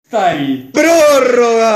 Tari. ¡Prórroga!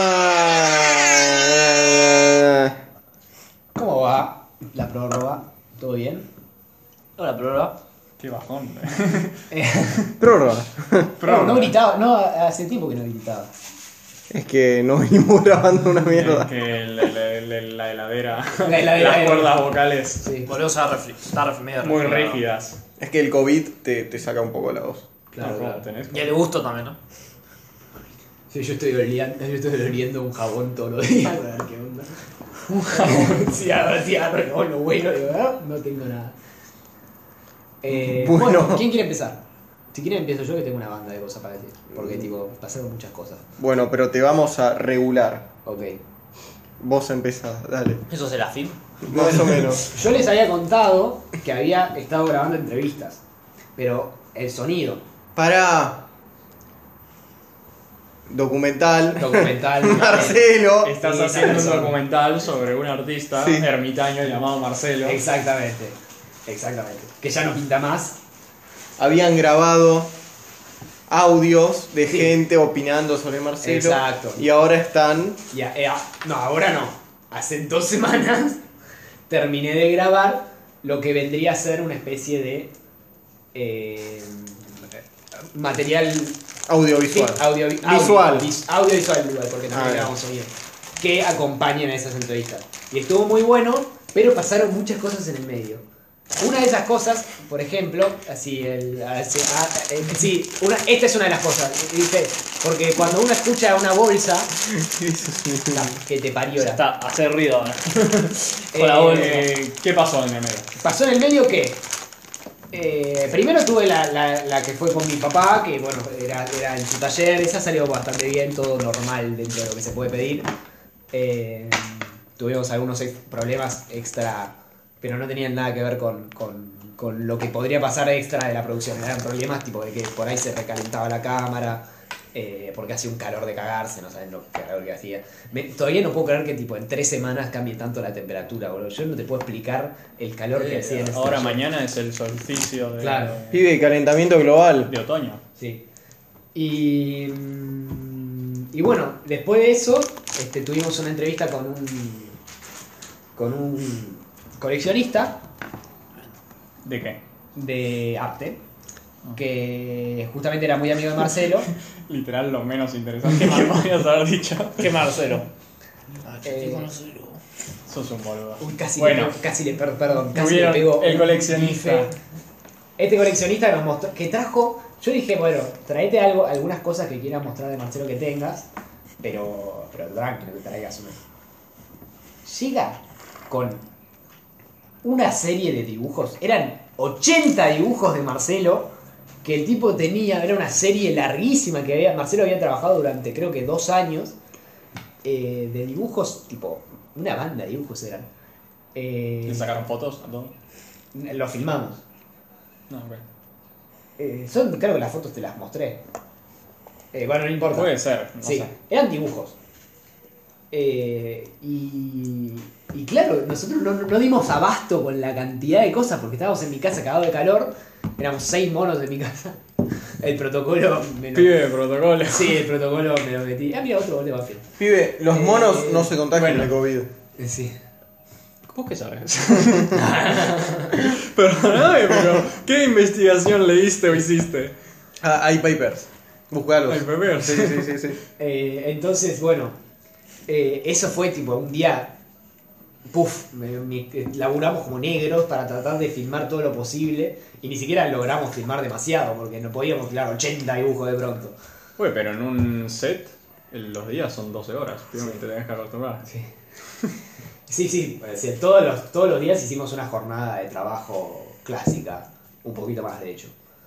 ¿Cómo va la prórroga? ¿Todo bien? Hola, prórroga. Qué bajón. Prórroga. No gritaba, no, hace tiempo que no gritaba. Es que no venimos grabando una mierda. Que la heladera. La heladera. Las cuerdas vocales Sí, Volvemos a estar medio muy resfriado. rígidas. Es que el COVID te saca un poco la voz. claro, No, claro. tenés. Y el gusto también, ¿no? Sí, yo estoy oliendo un jabón todos los días. A ver qué onda. Un jabón. Sí, a ver si agarro lo bueno. Digo, no tengo nada. Bueno. Bueno, ¿quién quiere empezar? Si quieren empiezo yo, que tengo una banda de cosas para decir. Porque, tipo, pasaron muchas cosas. Bueno, pero te vamos a regular. Ok. Vos empezás, dale. ¿Eso es el afín? Más o menos. Yo les había contado que había estado grabando entrevistas. Pero el sonido, Documental. Marcelo. Estás Sí, haciendo un persona. documental sobre un artista Sí. ermitaño llamado Marcelo. Exactamente. Que ya no pinta más. Habían grabado audios de Sí. gente opinando sobre Marcelo. Exacto. Y ahora están. No, ahora no. Hace 2 semanas terminé de grabar lo que vendría a ser una especie de material Audiovisual. Visual. audiovisual igual, porque también Ah, grabamos sonido, que acompañan a esas entrevistas. Y estuvo muy bueno, pero pasaron muchas cosas en el medio. Una de esas cosas, por ejemplo, esta es una de las cosas, ¿viste? Porque cuando uno escucha una bolsa, que te parió Está, hace ruido ahora. Eh, Con la bolsa. ¿Qué pasó en el medio? pasó en el medio que primero tuve la que fue con mi papá, que bueno, era en su taller, esa salió bastante bien, todo normal dentro de lo que se puede pedir. Tuvimos algunos problemas extra, pero no tenían nada que ver con lo que podría pasar extra de la producción. Eran problemas tipo de que por ahí se recalentaba la cámara, porque hacía un calor de cagarse, no saben lo calor que hacía. Todavía no puedo creer que tipo en 3 semanas cambie tanto la temperatura, boludo. Yo no te puedo explicar el calor que hacía en ese Ahora taller. mañana es el solsticio de, Claro. Pibe, calentamiento global. de otoño. Sí. Y bueno, después de eso, tuvimos una entrevista con un coleccionista ¿De qué? de arte, que justamente era muy amigo de Marcelo. Literal lo menos interesante que podías haber dicho. ¿Qué Marcelo? Sos un boludo. Uy, casi Bueno. perdón, casi le Tuvieron pegó el un coleccionista. bife. Este coleccionista nos mostró, que trajo, yo dije, bueno, traete algunas cosas que quieras mostrar de Marcelo que tengas, pero tranquilo que traigas una. Llega con una serie de dibujos, eran 80 dibujos de Marcelo, que el tipo tenía, era una serie larguísima que Marcelo había trabajado durante creo que 2 años, de dibujos, tipo, una banda de dibujos eran. ¿Le sacaron fotos a todo? Lo filmamos. No, ok. Creo que las fotos te las mostré. Bueno, no importa. Puede ser, no Sí, sé. eran dibujos. Y claro, nosotros no dimos abasto con la cantidad de cosas porque estábamos en mi casa cagados de calor. Éramos 6 monos en mi casa. El protocolo me lo... Pibe de protocolo. Sí, el protocolo me lo metí. Mira, otro gol de Banfield. Pibe, los monos no se contagian bueno. de COVID. Sí. ¿Vos qué sabes? Perdóname, pero ¿qué investigación leíste o hiciste? Hay papers. Buscalos. Hay papers. Sí. Entonces, bueno, eso fue tipo un día. Laburamos como negros para tratar de filmar todo lo posible y ni siquiera logramos filmar demasiado porque no podíamos filmar 80 dibujos de pronto. Uy, pero en un set los días son 12 horas. Primero te tenés que acostumbrar. Sí, todos los días hicimos una jornada de trabajo clásica, un poquito más de hecho.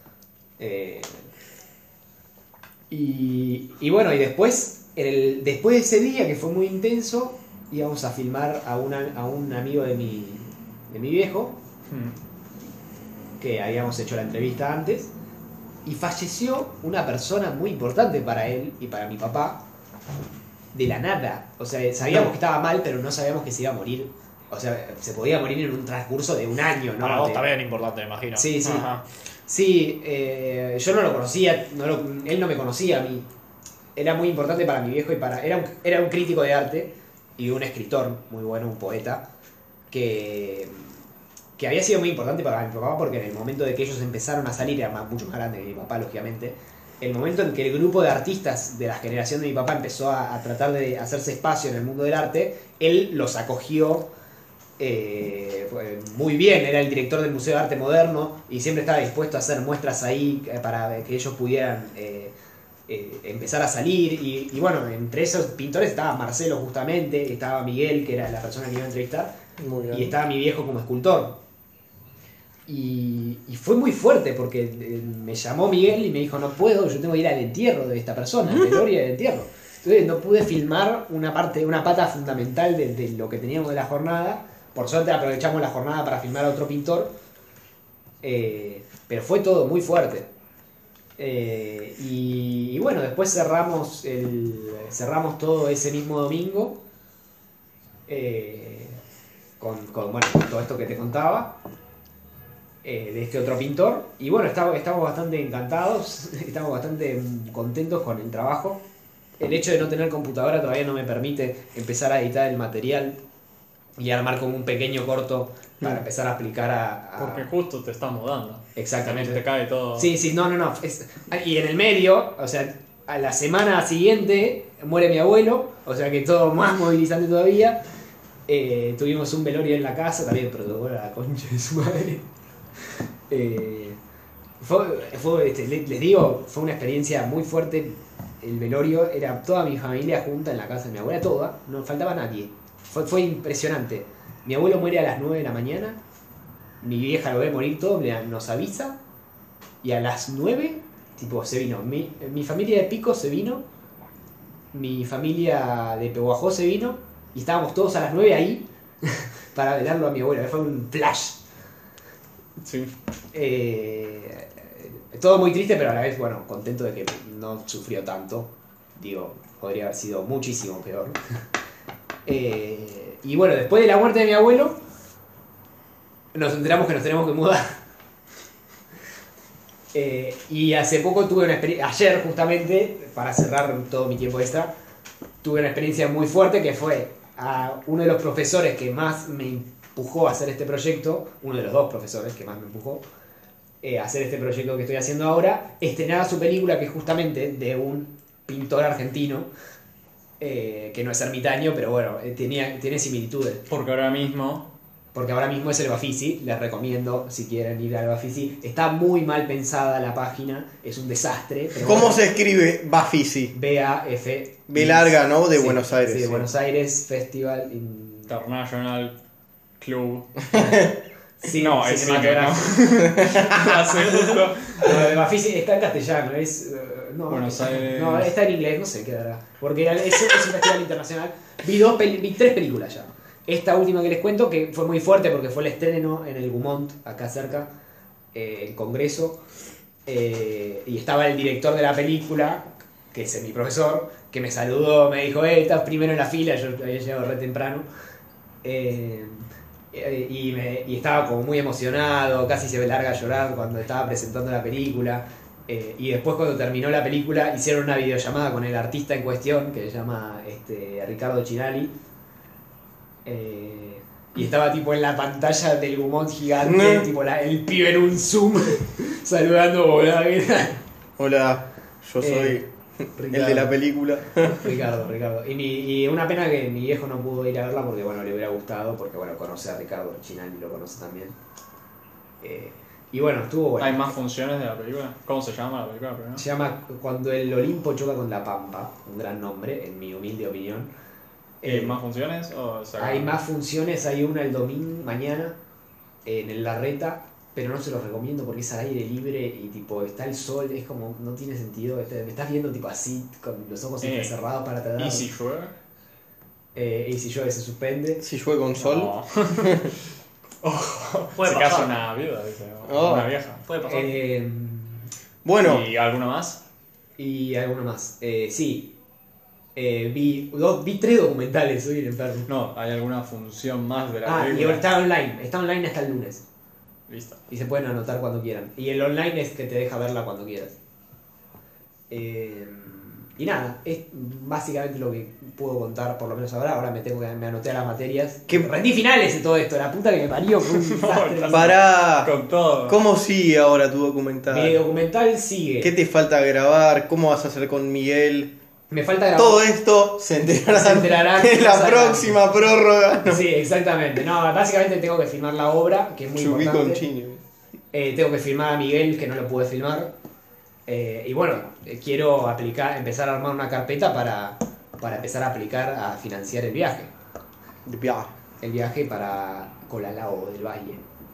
Y bueno, y después de ese día que fue muy intenso, íbamos a filmar a un amigo de mi viejo, que habíamos hecho la entrevista antes, y falleció una persona muy importante para él y para mi papá, de la nada. O sea, sabíamos que estaba mal, pero no sabíamos que se iba a morir. O sea, se podía morir en un transcurso de un año, ¿no? Para vos también importante, me imagino. Sí, sí. Ajá. Sí, yo no lo conocía, él no me conocía a mí. era muy importante para mi viejo y era un crítico de arte y un escritor muy bueno, un poeta, que había sido muy importante para mi papá porque en el momento de que ellos empezaron a salir, era mucho más grande que mi papá, lógicamente, el momento en que el grupo de artistas de la generación de mi papá empezó a tratar de hacerse espacio en el mundo del arte, él los acogió muy bien. Era el director del Museo de Arte Moderno y siempre estaba dispuesto a hacer muestras ahí para que ellos pudieran empezar a salir. Y bueno, entre esos pintores estaba Marcelo justamente, estaba Miguel, que era la persona que iba a entrevistar, Muy bien. y estaba mi viejo como escultor. Y fue muy fuerte porque me llamó Miguel y me dijo, no puedo, yo tengo que ir al entierro de esta persona, al velorio y al entierro. Entonces no pude filmar una pata fundamental de lo que teníamos de la jornada. Por suerte aprovechamos la jornada para filmar a otro pintor, pero fue todo muy fuerte. Y bueno, después cerramos todo ese mismo domingo con todo esto que te contaba. De este otro pintor, y bueno, estamos bastante encantados, estamos bastante contentos con el trabajo. El hecho de no tener computadora todavía no me permite empezar a editar el material y armar como un pequeño corto para empezar a aplicar Porque justo te estás mudando. Exactamente. También te cae todo. Sí, no. Y en el medio, o sea, a la semana siguiente muere mi abuelo, o sea que todo más movilizante todavía. Tuvimos un velorio en la casa, también protocolo a la concha de su madre. Les digo, fue una experiencia muy fuerte. El velorio era toda mi familia junta en la casa de mi abuela, toda, no faltaba nadie. Fue impresionante. Mi abuelo muere a las 9 de la mañana, mi vieja lo ve morir todo, nos avisa, y a las 9, tipo, se vino. Mi familia de Pico se vino, mi familia de Pehuajó se vino, y estábamos todos a las 9 ahí para velarlo a mi abuelo. Fue un flash. Sí. Todo muy triste, pero a la vez, bueno, contento de que no sufrió tanto. Digo, podría haber sido muchísimo peor. Y bueno, después de la muerte de mi abuelo, nos enteramos que nos tenemos que mudar. Y hace poco tuve una experiencia, ayer justamente, para cerrar todo mi tiempo extra, tuve una experiencia muy fuerte que fue a uno de los profesores que más me empujó a hacer este proyecto, uno de los dos profesores que más me empujó a hacer este proyecto que estoy haciendo ahora, estrenaba su película, que es justamente de un pintor argentino, que no es ermitaño, pero bueno, tiene similitudes. Porque ahora mismo Es el Bafisi, les recomiendo si quieren ir al Bafisi. Está muy mal pensada la página, es un desastre. Pero ¿Cómo bueno, se escribe Bafisi? B-A-F. B larga, ¿no? De Sí, Buenos Aires. Sí, de Sí. Buenos Aires Festival. International Club. Sí, No, es cinematográfico. Hace justo. No, el Bafisi está en castellano, es. No, Buenos Aires. No, está en inglés, no sé qué dará. Porque es un festival internacional. Vi 3 películas ya. Esta última que les cuento, que fue muy fuerte porque fue el estreno en el Gumont, acá cerca, el Congreso. Y estaba el director de la película, que es mi profesor, que me saludó, me dijo, estás primero en la fila, yo había llegado re temprano. Y estaba como muy emocionado, casi se me larga a llorar cuando estaba presentando la película. Y después cuando terminó la película hicieron una videollamada con el artista en cuestión, que se llama Ricardo Chinali. Y estaba tipo en la pantalla del Gumont gigante, tipo el pibe en un zoom, saludando, hola, ¿qué tal? Hola, yo soy el de la película. Ricardo. Y una pena que mi viejo no pudo ir a verla porque bueno, le hubiera gustado, porque bueno, conoce a Ricardo Chinali, lo conoce también. Y bueno, estuvo bueno. ¿Hay más funciones de la película? ¿Cómo se llama la película primero? Se llama Cuando el Olimpo choca con la Pampa, un gran nombre, en mi humilde opinión. ¿Hay más funciones? O se Hay más funciones, hay una el domingo, mañana, en el Larreta, pero no se los recomiendo porque es al aire libre y tipo está el sol, es como, no tiene sentido, me estás viendo tipo así, con los ojos cerrados para tratar. ¿Y si llueve? Y si llueve se suspende. Si llueve con sol. No. Puede se pasar. casa una viuda, dice. Oh. Una vieja. Puede pasar. Bueno, ¿Y alguna más? Y alguno más. Sí. Vi 3 documentales, soy el enfermo. No, ¿hay alguna función más de la Y película? está online hasta el lunes. Listo. Y se pueden anotar cuando quieran. Y el online es que te deja verla cuando quieras. Y nada, es básicamente lo que puedo contar por lo menos ahora. Ahora me anoté a las materias. ¿Qué? Rendí finales de todo esto, la puta que me parió. Fue un desastre. Pará. Con todo. ¿Cómo sigue ahora tu Mi documental? documental sigue. ¿Qué te falta grabar? ¿Cómo vas a hacer con Miguel? Me falta grabar. Todo esto se enterarán, Se enterarán en la más adelante. próxima prórroga. No. Sí, exactamente. No, básicamente tengo que filmar la obra, que es muy Chubí con importante. chino. Tengo que filmar a Miguel, que no lo pude filmar. Y bueno, quiero empezar a armar una carpeta para empezar a aplicar a financiar el viaje. Ya. El viaje para Colalao del Valle,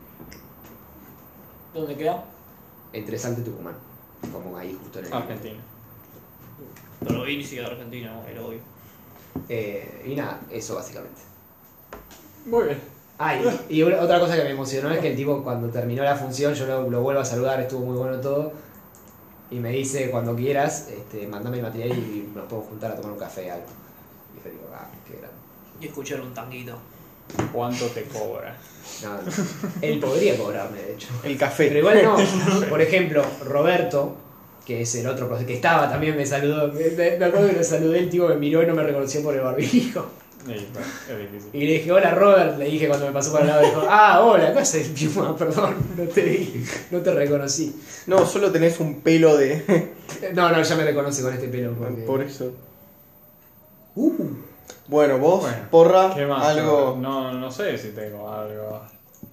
¿Dónde queda? entre Salta y Tucumán. Como ahí justo en el... Argentina. Pero lo vi ni siquiera de Argentina, ahí lo vi. Y nada, eso básicamente. Muy bien. Ah, y otra cosa que me emocionó es que el tipo cuando terminó la función, yo lo vuelvo a saludar, estuvo muy bueno todo. Y me dice, cuando quieras, mandame el material y nos podemos juntar a tomar un café algo. Y yo digo, qué grande. Y escuchar un tanguito. ¿Cuánto te cobra? No, no. Él podría cobrarme, de hecho. El café. Pero igual no. Por ejemplo, Roberto, que es el otro profesor que estaba, también me saludó. Me acuerdo que lo saludé, el tipo me miró y no me reconoció por el barbijo. Es difícil. Y le dije, hola Robert, le dije cuando me pasó por el lado, dijo, hola, ¿qué haces, Piuma? Perdón, no te vi, no te reconocí. No, solo tenés un pelo de... No, ya me reconoce con este pelo. Porque... Por eso. Uh, Bueno, vos, Bueno, porra, ¿Qué más? algo... No sé si tengo algo.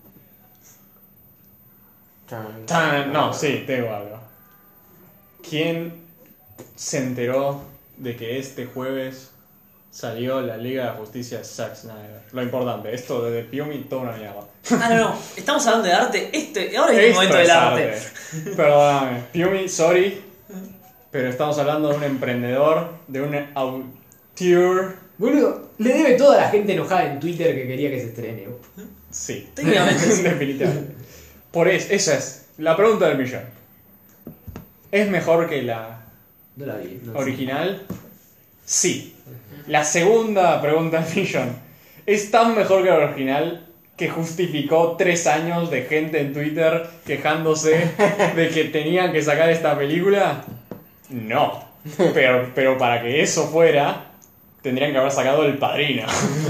Tan- No, sí, tengo algo. ¿Quién se enteró de que este jueves salió la Liga de Justicia de Zack Snyder? Lo importante, esto de Piumi, toda una mierda. Ah, no, estamos hablando de arte. Ahora es el Esto momento es del arte. Perdóname. Piumi, sorry. Pero estamos hablando de un emprendedor, de un auteur. boludo, le debe toda la gente enojada en Twitter que quería que se estrene. Sí, Técnicamente sí. definitivamente. Por eso, esa es la pregunta del millón. ¿Es mejor que la No la vi. No sé. original? Sí. La segunda pregunta del millón. ¿Es tan mejor que la original que justificó 3 años de gente en Twitter quejándose de que tenían que sacar esta película? No. Pero para que eso fuera, tendrían que haber sacado El Padrino.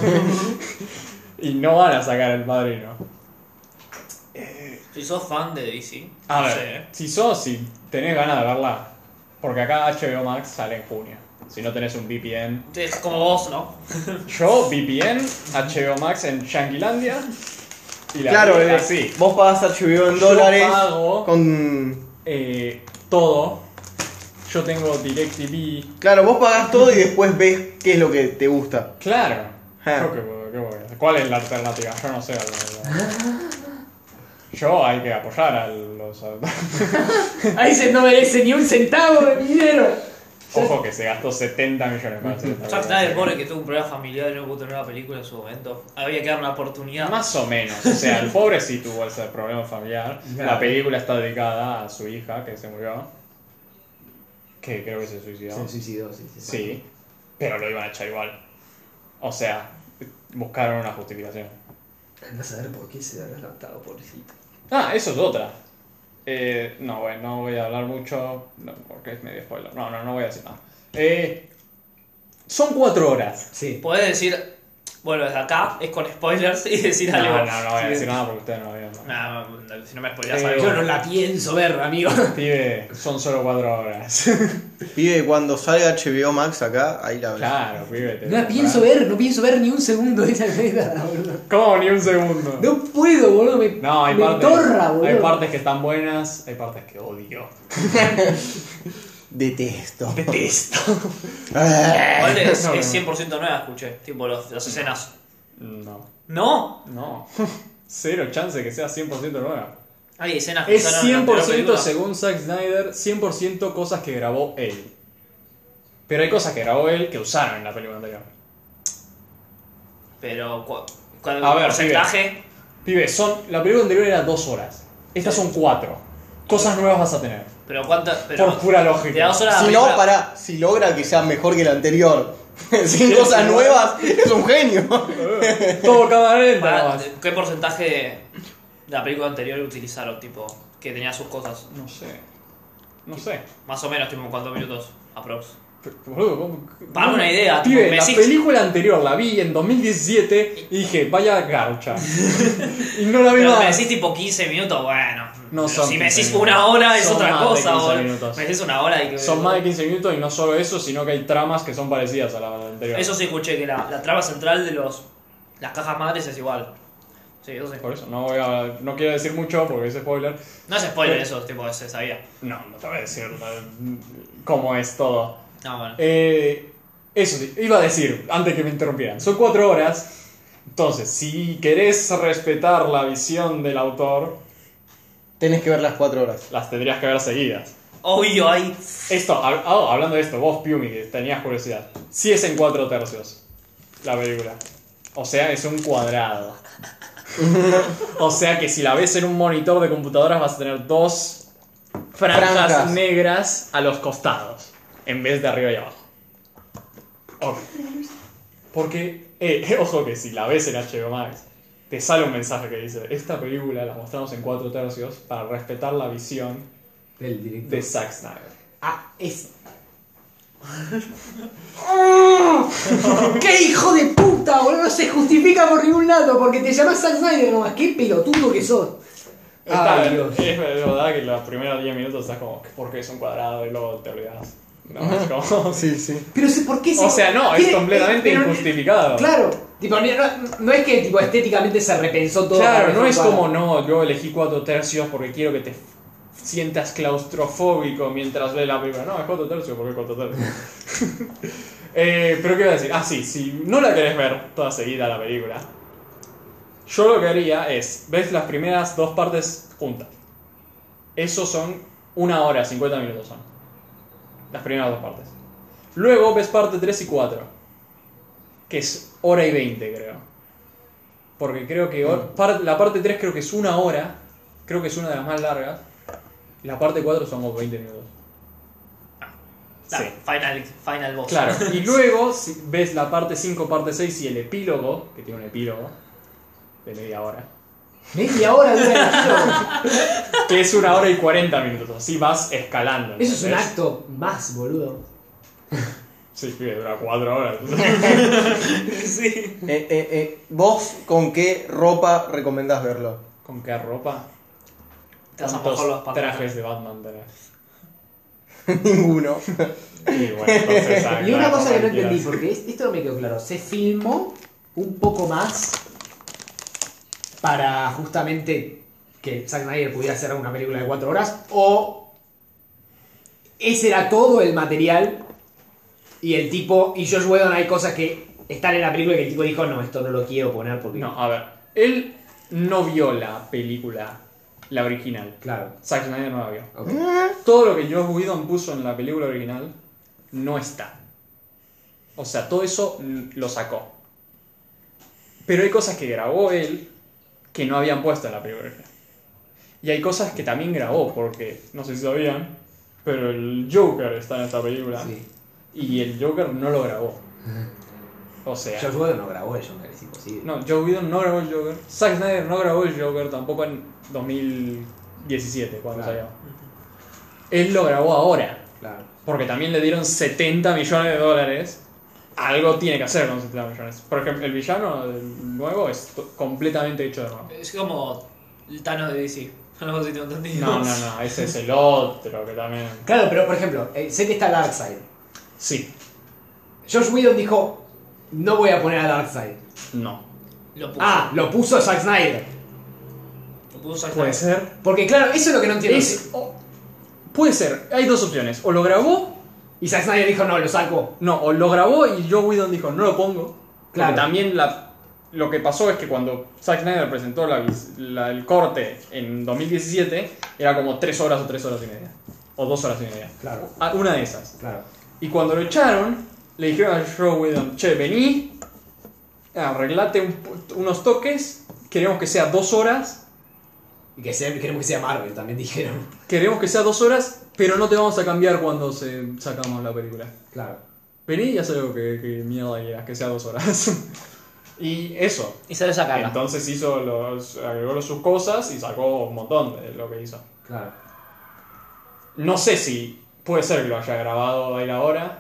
Y no van a sacar El Padrino. Si sos fan de DC, A no ver, sé. si tenés ganas de verla, porque acá HBO Max sale en junio. Si no tenés un VPN. Es como vos, ¿no? Yo, VPN, HBO Max en Yanquilandia. Y la Claro, vieja, sí. vos pagás HBO en dólares Yo pago con... todo. Yo tengo DirecTV. Claro, vos pagás todo y después ves qué es lo que te gusta. Claro. Ah. Yo qué voy a hacer. ¿Cuál es la alternativa? Yo no sé. Yo hay que apoyar a los... Ahí se no merece ni un centavo de dinero. Ojo que se gastó 70 millones para hacer esta Zack película. Snyder, pobre que tuvo un problema familiar y no pudo tener una película en su momento. Había que dar una oportunidad. Más o menos, o sea, el pobre sí tuvo ese problema familiar. Claro. La película está dedicada a su hija que se murió. Que creo que se suicidó. Se suicidó, sí. Sí, pero lo iban a echar igual. O sea, buscaron una justificación. Andá a saber por qué se habrá levantado, pobrecito. Ah, eso es otra. No, bueno, no voy a hablar mucho, no, porque es medio spoiler. No voy a decir nada. Son 4 horas. Sí. Podés decir, bueno, desde acá es con spoilers y decir No algo. voy a decir nada porque ustedes no lo vieron. No, si no me spoileas Eh, algo. Yo no la pienso ver, amigo. Pibe, son solo 4 horas. Pibe, cuando salga HBO Max acá, ahí la ves. Claro, pibe. te No la voy a pienso comprar. ver, no pienso ver ni un segundo de esa mierda, boludo. ¿Cómo? Ni un segundo. No puedo, boludo. No, hay me partes, torra, boludo. hay partes que están buenas, hay partes que odio. Detesto. Detesto. Igual es, No, es no. 100% nueva, escuché. Tipo, las escenas. No, ¿No? Cero chance que sea 100% nueva. Hay escenas que Es usaron en la anterior 100% película. según Zack Snyder, 100% cosas que grabó él. Pero hay cosas que grabó él que usaron en la película anterior. Pero, ¿cuál A ver, porcentaje? Pibe, la película anterior era 2 horas. Estas son 4. Cosas nuevas vas a tener. Pero cuántas. Pero Por pura lógica. de 2 horas Si la no, película- si logra que sea mejor que el anterior, sin Sí, cosas sí, nuevas, es un genio. Todo cámara lenta. para- nomás. ¿Qué porcentaje de la película anterior utilizaron? Tipo, que tenía sus cosas. No sé. No sé. Más o menos, tipo, ¿cuántos minutos? Aprox. Boludo, ¿cómo? Para darme una idea, Pibe, tipo, me la decís- película anterior la vi en 2017 y dije, vaya garcha. Y no la vi Pero me más. decís tipo 15 minutos, bueno. No Pero son si me 15 decís minutos. una hora es Son otra más de cosa, 15 boludo. minutos. Me decís una hora y que. Son más de 15 minutos y no solo eso, sino que hay tramas que son parecidas a la anterior. Eso sí escuché, que la trama central de las cajas madres es igual. Sí, eso sí. Por eso, no quiero decir mucho porque es spoiler. No es spoiler eso, tipo, se sabía. No te voy a decir cómo es todo. No, bueno. Eso sí, iba a decir, antes que me interrumpieran, son 4 horas. Entonces, si querés respetar la visión del autor, Tenés que ver las 4 horas. las tendrías que ver seguidas. Obvio, ahí. Esto, hablando de esto, vos, Piumi, que tenías curiosidad. Si es en 4 tercios la película. O sea, es un cuadrado. O sea que si la ves en un monitor de computadoras vas a tener 2 franjas negras a los costados. En vez de arriba y abajo. Ok. Porque, ojo que si la ves en HBO Max, te sale un mensaje que dice: esta película la mostramos en 4 tercios para respetar la visión Del director. de Zack Snyder. Ah, es. ¡Qué hijo de puta, boludo! No se justifica por ningún lado porque te llamas Zack Snyder nomás. ¡Qué pelotudo que sos! Ay, Dios. Es verdad que los primeros 10 minutos estás como, ¿por qué es un cuadrado? Y luego te olvidas. No, es como... Sí, sí. Pero ¿por qué se.? O sea, no, es tiene- completamente pero- injustificado. Claro, tipo, no es que tipo, estéticamente se repensó todo. Claro, para no es mejor como, no, yo elegí 4 tercios porque quiero que te sientas claustrofóbico mientras ves la película. No, es 4 tercios porque es 4 tercios. Pero ¿qué iba a decir? Ah, sí, si no la querés ver toda seguida la película, yo lo que haría es, ves las primeras 2 partes juntas. Eso son 1 hora, 50 minutos son. Las primeras 2 partes. Luego ves parte 3 y 4. Que es 1 hora y 20, creo. Porque creo que la parte 3 creo que es 1 hora. Creo que es una de las más largas. Y la parte 4 son como 20 minutos. Sí. Final boss. Claro. Y luego si ves la parte 5, parte 6 y el epílogo, que tiene un epílogo de media hora. Media hora dura el show. Que es 1 hora y 40 minutos. Así vas escalando. Eso es un ¿entendés? acto más, boludo. Sí, que dura 4 horas. Sí. ¿Vos con qué ropa recomendás verlo? ¿Con qué ropa? Te vas a ¿Cuántos mojar los pantalones. trajes de Batman tenés? Ninguno. Y bueno, entonces, Y una cosa que no quieras. entendí, porque esto no me quedó claro. ¿Se filmó un poco más para justamente que Zack Snyder pudiera hacer una película de 4 horas? ¿O ese era todo el material y el tipo, y Josh Whedon hay cosas que están en la película que el tipo dijo, no, esto no lo quiero poner porque... No, a ver. Él no vio la película, la original. Claro. Zack Snyder no la vio. Ok. Todo lo que Joss Whedon puso en la película original no está. O sea, todo eso lo sacó. Pero hay cosas que grabó él que no habían puesto en la película original. Y hay cosas que también grabó, porque no sé si sabían, pero el Joker está en esta película. Sí. Y el Joker no lo grabó. O sea, Josh Whedon no grabó el Joker, es imposible. no, Joss Whedon no grabó el Joker. Zack Snyder no grabó el Joker tampoco en 2017, cuando Claro. salió. Él lo grabó ahora. Claro. Porque también le dieron 70 millones de dólares. Algo tiene que hacer con 70 millones. Por ejemplo, el villano el nuevo es completamente hecho de nuevo. Es como el Thanos de DC. Algo así tengo entendido. No, ese es el otro que también... Claro, pero por ejemplo, sé que está Darkseid. Sí, Josh Whedon dijo, no voy a poner a Darkseid. no. Lo puso. Ah, lo puso Zack Snyder. Lo puso Zack Puede Snyder. ser. Porque claro, eso es lo que no entiendo. Puede ser. Hay dos opciones. O lo grabó, Y Zack Snyder dijo, no, lo saco. no, o lo grabó y Joe Whedon dijo, no lo pongo. Claro. Porque también lo que pasó es que cuando Zack Snyder presentó el corte en 2017, era como 3 horas o 3 horas y media. O 2 horas y media. Claro. Una de esas. Claro. Y cuando lo echaron, le dijeron a Joe Whedon, che, vení, arreglate unos toques, queremos que sea 2 horas, Y queremos que sea Marvel, también dijeron. queremos que sea 2 horas, pero no te vamos a cambiar cuando sacamos la película. Claro. Vení y haz algo que mierda quieras, que sea 2 horas. Y eso. Y se lo sacaron. Entonces agregó sus cosas y sacó un montón de lo que hizo. Claro. No sé si puede ser que lo haya grabado ahí ahora,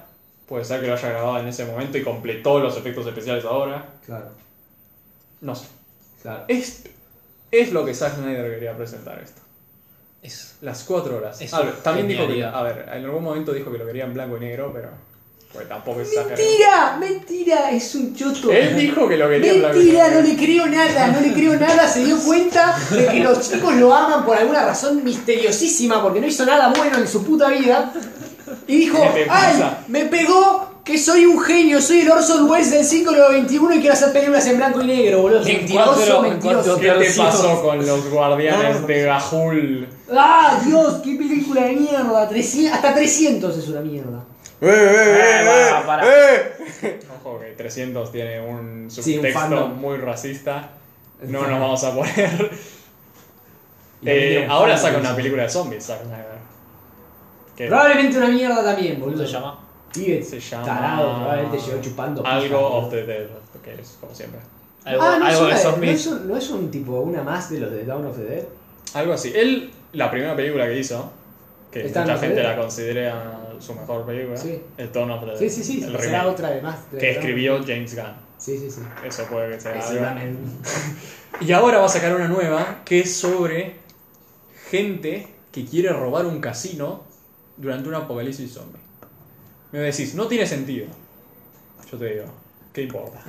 Puede ser que lo haya grabado en ese momento y completó los efectos especiales ahora. Claro, No sé. claro. Es lo que Zack Snyder quería presentar esto. Las 4 horas. Es También dijo que, genialidad. a ver, en algún momento dijo que lo quería en blanco y negro, pero pues tampoco es exagerado. ¡Mentira! ¡Mentira! Es un choto. Él dijo que lo quería en blanco y Mentira, negro. no le creo nada, no le creo nada. Se dio cuenta de que los chicos lo aman por alguna razón misteriosísima, porque no hizo nada bueno en su puta vida. Y dijo, ¿Qué te ¡ay! pasa? Me pegó que soy un genio, soy el Orson Welles del siglo XXI y quiero hacer películas en blanco y negro, boludo. En Mentiroso, cuatro- mentiroso. ¿Qué te pasó con los guardianes de Gahul? ¡Ah, Dios! ¡Qué película de mierda! 300, hasta 300 es una mierda. Para. Ojo que 300 tiene un Sí, un subtexto fandom. muy racista. No nos vamos a poner. Y también un Ahora fandom saca de una eso. película de zombies, Zack Snyder. Que Probablemente una mierda también, ¿Cómo boludo. se llama? Pibe, se llama tarado, probablemente llegó chupando pija, Algo boludo. of the Dead, que es como siempre. Algo, Ah, no, algo de es una- zombies. no es un tipo, una más de los de Dawn of the Dead. Algo así. Él, la primera película que hizo, que ¿Está en mucha los gente dedos? la considera su mejor película, Sí. es Dawn of the Dead. Sí, sí, sí, el será remake, otra de más. de que Dawn of the escribió Dead. James Gunn. Sí, sí, sí. Eso puede que sea Ese algo. también. Y ahora va a sacar una nueva que es sobre gente que quiere robar un casino durante un apocalipsis zombie. Me decís, no tiene sentido. Yo te digo, ¿qué importa?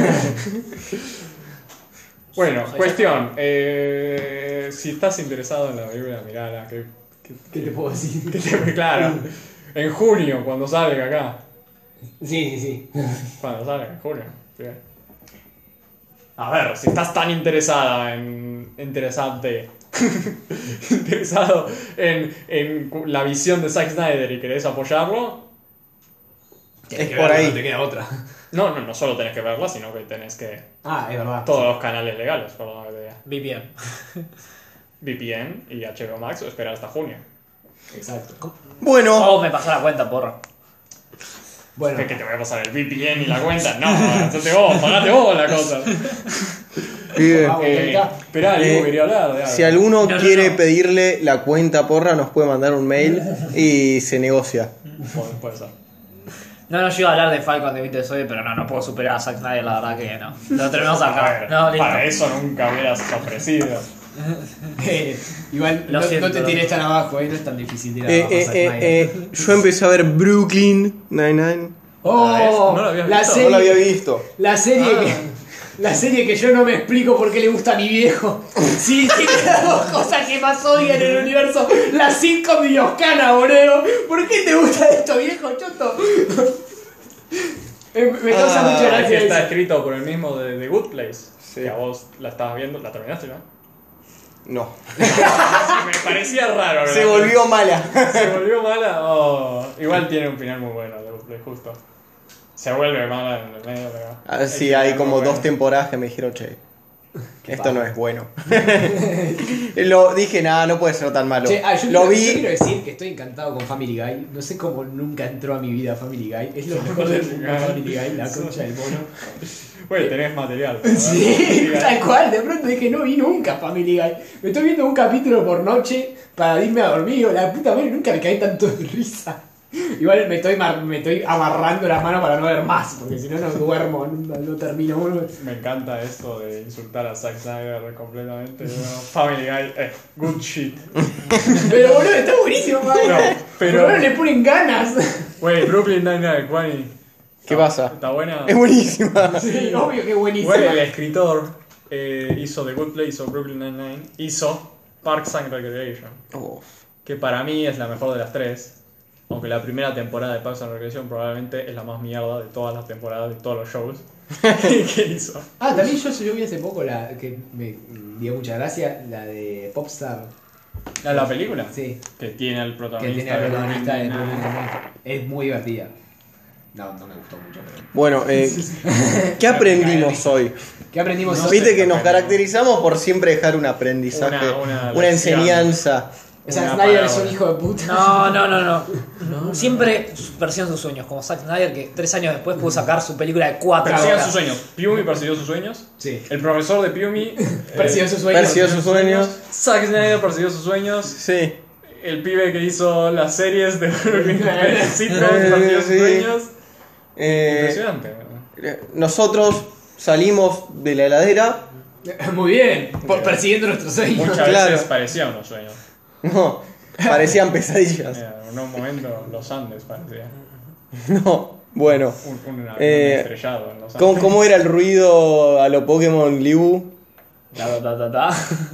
Bueno, cuestión. Si estás interesado en la película, mirala. ¿Qué te puedo decir? Claro, en junio, cuando salga acá. Sí, sí, sí. Cuando salga, en junio. Bien. A ver, si estás tan interesada en. Interesado en la visión de Zack Snyder y querés apoyarlo, Es por ahí. No te queda otra. no solo tenés que verla, sino que tenés que. Ah, es verdad. Todos los canales legales, perdón que te diga. VPN. VPN y HBO Max o esperar hasta junio. Exacto. Bueno, Oh, me pasó la cuenta, porra. Bueno, ¿Qué te voy a pasar el VPN y la cuenta? No, hacete vos, pagate vos la cosa. pibe, vamos, vuelta. Esperá, Diego quería hablar de algo. si alguno No, quiere no. pedirle la cuenta porra, nos puede mandar un mail y se negocia. Puede ser. No, yo iba a hablar de Falcon de Winter Soldier, pero no puedo superar a Zack Snyder, la verdad que no. Lo tenemos A acá. ver, No, listo. para eso nunca hubieras ofrecido. Igual Lo no, siento. no te tires tan abajo, no es tan difícil tirar abajo a Zack Snyder. Yo empecé a ver Brooklyn Nine-Nine. ¡Oh! ¿No lo habías la visto? serie, No lo había visto. La serie que. La serie que yo no me explico por qué le gusta a mi viejo. Sí, tiene las dos cosas que más odian en el universo. La sitcom y Oscana, boludo. ¿Por qué te gusta esto, viejo choto? Me causa mucha Es gracia que está eso. escrito por el mismo de The Good Place. Sí. Que a vos la estabas viendo, la terminaste, ¿no? No. Me parecía raro. Se ¿verdad? volvió mala. Se volvió mala. Oh, igual tiene un final muy bueno The Good Place, justo. Se vuelve mala en el medio, pero. A ver si el hay final como muy bueno. 2 temporadas que me dijeron, che, esto no es bueno. Lo dije, nada, no puede ser tan malo. Che, yo Lo quiero vi. decir que estoy encantado con Family Guy. No sé cómo nunca entró a mi vida Family Guy. Es lo mejor del mundo Family Guy, la concha del mono. Güey, tenés material. ¿verdad? Sí, tal cual. De pronto dije, no vi nunca Family Guy. Me estoy viendo un capítulo por noche para irme a dormir. Digo, la puta madre, nunca me caí tanto de risa. Igual me estoy amarrando las manos para no ver más, porque si no, no duermo, no termino. Me encanta esto de insultar a Zack Snyder completamente. Bueno, Family Guy, good shit. Pero boludo, está buenísimo, madre. No, pero- Pero le ponen ganas. Güey, Brooklyn Nine-Nine, Juani. ¿Qué pasa? ¿Está buena? Es buenísima. Sí, obvio que es buenísimo. Güey, el escritor hizo The Good Place, hizo Brooklyn Nine-Nine, hizo Parks and Recreation, Oh, que para mí es la mejor de las tres. Aunque la primera temporada de Parks and Recreation probablemente es la más mierda de todas las temporadas de todos los shows que hizo. Ah, también yo vi hace poco la que me dio mucha gracia, la de Popstar. La película Sí, que tiene al que protagonista. tiene al protagonista de Brooklyn Brooklyn Nine-Nine. Nine-Nine. Es muy divertida. No me gustó mucho, pero. bueno, ¿qué aprendimos hoy? ¿Qué aprendimos No hoy? sé. Viste que nos caracterizamos por siempre dejar un aprendizaje, Una una lección. enseñanza. O sea, Una Snyder es palabra. un hijo de puta. No. Siempre persiguiendo sus sueños, como Zack Snyder, que 3 años después pudo sacar su película de 4 Persigan horas. sus sueños. Piumi persiguió sus sueños. Sí. El profesor de Piumi Persiguió sus sueños. Persiguió sus sueños. Zack Snyder persiguió sus sueños. Sí. El pibe que hizo las series de Brooklyn Nine-Nine, sitcom, persiguió sus Sí. sueños. Impresionante. Nosotros salimos de la heladera. Muy bien, persiguiendo nuestros sueños. Muchas Claro. veces parecía unos sueños. No, parecían pesadillas. En un momento los Andes parecía. No, bueno. Un estrellado en los Andes. ¿Cómo era el ruido a lo Pokémon Liu? Ta, ta, ta, ta.